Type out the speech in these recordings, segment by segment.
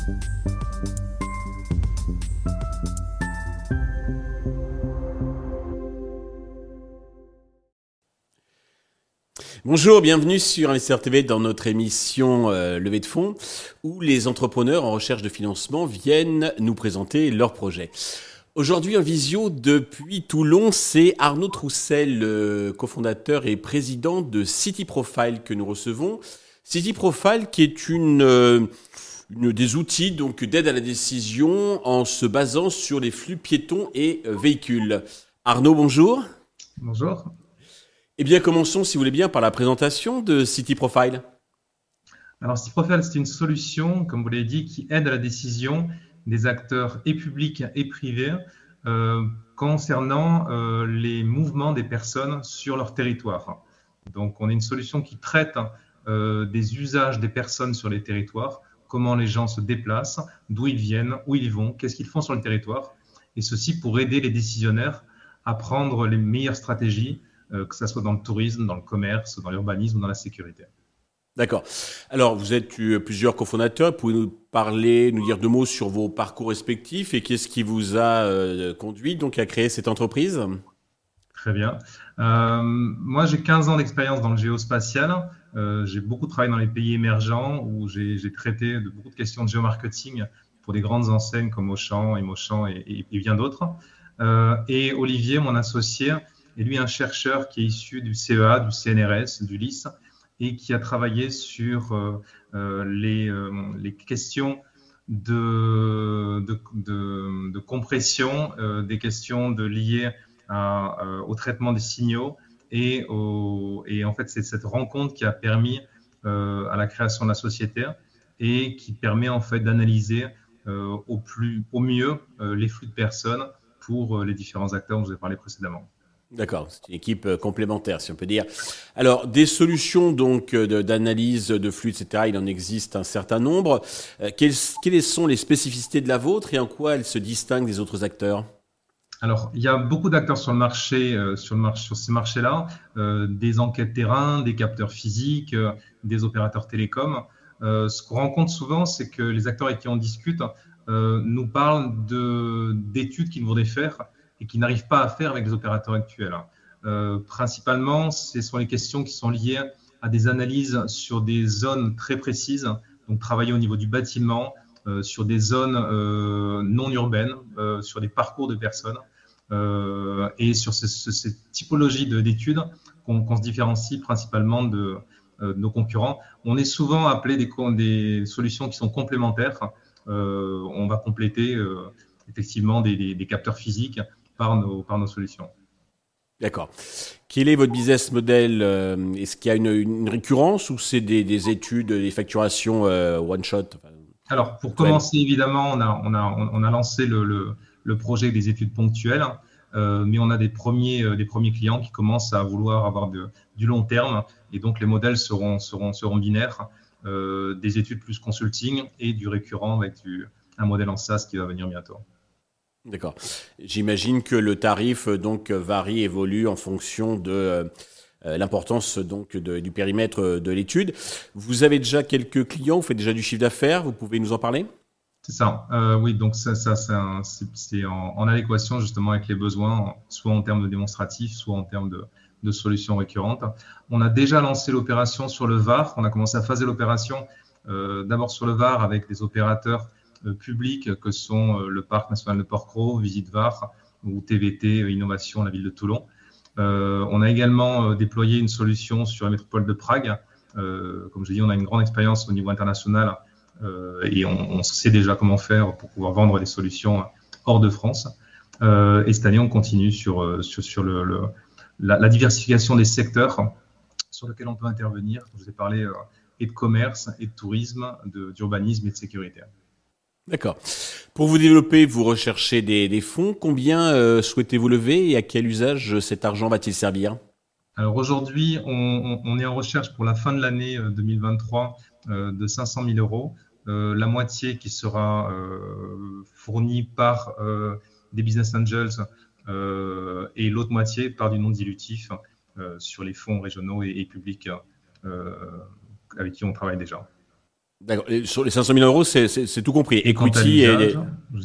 Bonjour, bienvenue sur Investisseur TV dans notre émission Levée de fonds où les entrepreneurs en recherche de financement viennent nous présenter leurs projets. Aujourd'hui en visio depuis Toulon, c'est Arnaud Troussel, cofondateur et président de CityProfile que nous recevons. CityProfile qui est une des outils donc d'aide à la décision en se basant sur les flux piétons et véhicules. Arnaud, bonjour. Bonjour. Eh bien, commençons, si vous voulez bien, par la présentation de CityProfile. Alors, CityProfile, c'est une solution, comme vous l'avez dit, qui aide à la décision des acteurs et publics et privés concernant les mouvements des personnes sur leur territoire. Donc, on est une solution qui traite des usages des personnes sur les territoires, comment les gens se déplacent, d'où ils viennent, où ils vont, qu'est-ce qu'ils font sur le territoire, et ceci pour aider les décisionnaires à prendre les meilleures stratégies, que ce soit dans le tourisme, dans le commerce, dans l'urbanisme ou dans la sécurité. D'accord. Alors, vous êtes plusieurs cofondateurs. Pouvez-vous nous parler, nous dire deux mots sur vos parcours respectifs et qu'est-ce qui vous a conduit donc à créer cette entreprise ? Très bien. Moi, j'ai 15 ans d'expérience dans le géospatial. J'ai beaucoup travaillé dans les pays émergents où j'ai traité de beaucoup de questions de géomarketing pour des grandes enseignes comme Auchan et bien d'autres. Et Olivier, mon associé, est lui un chercheur qui est issu du CEA, du CNRS, du LIS, et qui a travaillé sur les questions de compression, des questions liées au traitement des signaux et en fait c'est cette rencontre qui a permis à la création de la société et qui permet en fait d'analyser au mieux les flux de personnes pour les différents acteurs dont je vous ai parlé précédemment. D'accord, c'est une équipe complémentaire, si on peut dire. Alors, des solutions donc d'analyse de flux, etc., il en existe un certain nombre. Quelles sont les spécificités de la vôtre et en quoi elles se distinguent des autres acteurs ? Alors, il y a beaucoup d'acteurs sur le marché, sur ces marchés-là, des enquêtes terrain, des capteurs physiques, des opérateurs télécoms. Ce qu'on rencontre souvent, c'est que les acteurs avec qui on discute nous parlent d'études qu'ils voudraient faire et qui n'arrivent pas à faire avec les opérateurs actuels. Principalement, ce sont les questions qui sont liées à des analyses sur des zones très précises, donc travailler au niveau du bâtiment, sur des zones non urbaines, sur des parcours de personnes, et sur cette typologie d'études qu'on se différencie principalement de nos concurrents. On est souvent appelé des solutions qui sont complémentaires. On va compléter effectivement des capteurs physiques par nos solutions. D'accord. Quel est votre business model ? Est-ce qu'il y a une récurrence ou c'est des études, des facturations one shot ? Alors, pour commencer, évidemment, on a lancé le projet des études ponctuelles, mais on a des premiers clients qui commencent à vouloir avoir du long terme, et donc les modèles seront binaires, des études plus consulting et du récurrent avec un modèle en SaaS qui va venir bientôt. D'accord. J'imagine que le tarif donc varie, évolue en fonction de l'importance donc du périmètre de l'étude. Vous avez déjà quelques clients, vous faites déjà du chiffre d'affaires, vous pouvez nous en parler ? C'est ça. Oui, donc ça c'est en adéquation justement avec les besoins, soit en termes de démonstratifs, soit en termes de solutions récurrentes. On a déjà lancé l'opération sur le Var. On a commencé à phaser l'opération d'abord sur le Var avec des opérateurs publics que sont le Parc national de Porquerolles, Visite Var ou TVT Innovation, la ville de Toulon. On a également déployé une solution sur la métropole de Prague. Comme je dis, on a une grande expérience au niveau international et on sait déjà comment faire pour pouvoir vendre des solutions hors de France. Et cette année, on continue sur la diversification des secteurs sur lesquels on peut intervenir. Je vous ai parlé et de commerce, et de tourisme, d'urbanisme et de sécurité. D'accord. Pour vous développer, vous recherchez des fonds. Combien souhaitez-vous lever et à quel usage cet argent va-t-il servir ? Alors aujourd'hui, on est en recherche pour la fin de l'année 2023 de 500 000 euros. La moitié qui sera fournie par des business angels et l'autre moitié par du non dilutif sur les fonds régionaux et publics avec qui on travaille déjà. D'accord. Et sur les 500 000 euros, c'est tout compris. Et quant à Equity l'usage,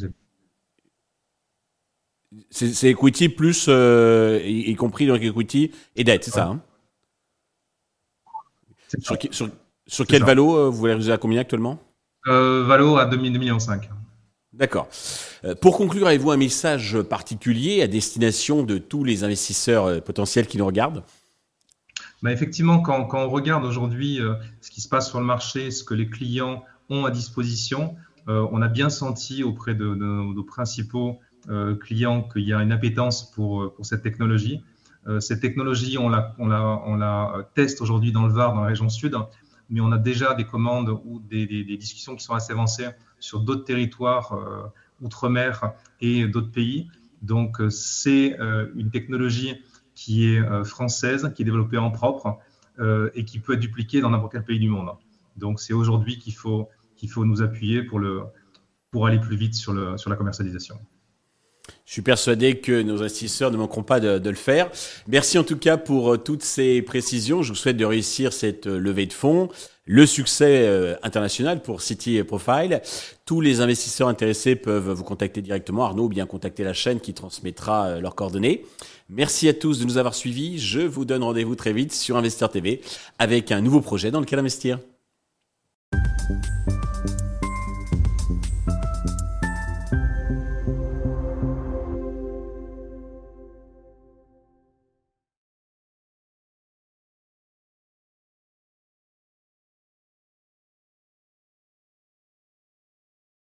c'est equity plus, y compris donc equity et dette, c'est ça, hein? c'est Sur, ça. qui- sur, sur C'est quel ça. valo vous voulez réaliser à combien actuellement? Valo à 2 millions 5. D'accord. Pour conclure, avez-vous un message particulier à destination de tous les investisseurs potentiels qui nous regardent? Bah, effectivement, quand on regarde aujourd'hui ce qui se passe sur le marché, ce que les clients ont à disposition, on a bien senti auprès de nos principaux clients qu'il y a une appétence pour cette technologie. Cette technologie, on la teste aujourd'hui dans le Var, dans la région sud, mais on a déjà des commandes ou des discussions qui sont assez avancées sur d'autres territoires outre-mer et d'autres pays. Donc, c'est une technologie qui est française, qui est développée en propre et qui peut être dupliquée dans n'importe quel pays du monde. Donc, c'est aujourd'hui qu'il faut nous appuyer pour aller plus vite sur la commercialisation. Je suis persuadé que nos investisseurs ne manqueront pas de le faire. Merci en tout cas pour toutes ces précisions. Je vous souhaite de réussir cette levée de fonds, le succès international pour City Profile. Tous les investisseurs intéressés peuvent vous contacter directement, Arnaud, ou bien contacter la chaîne qui transmettra leurs coordonnées. Merci à tous de nous avoir suivis. Je vous donne rendez-vous très vite sur Investir TV avec un nouveau projet dans lequel investir.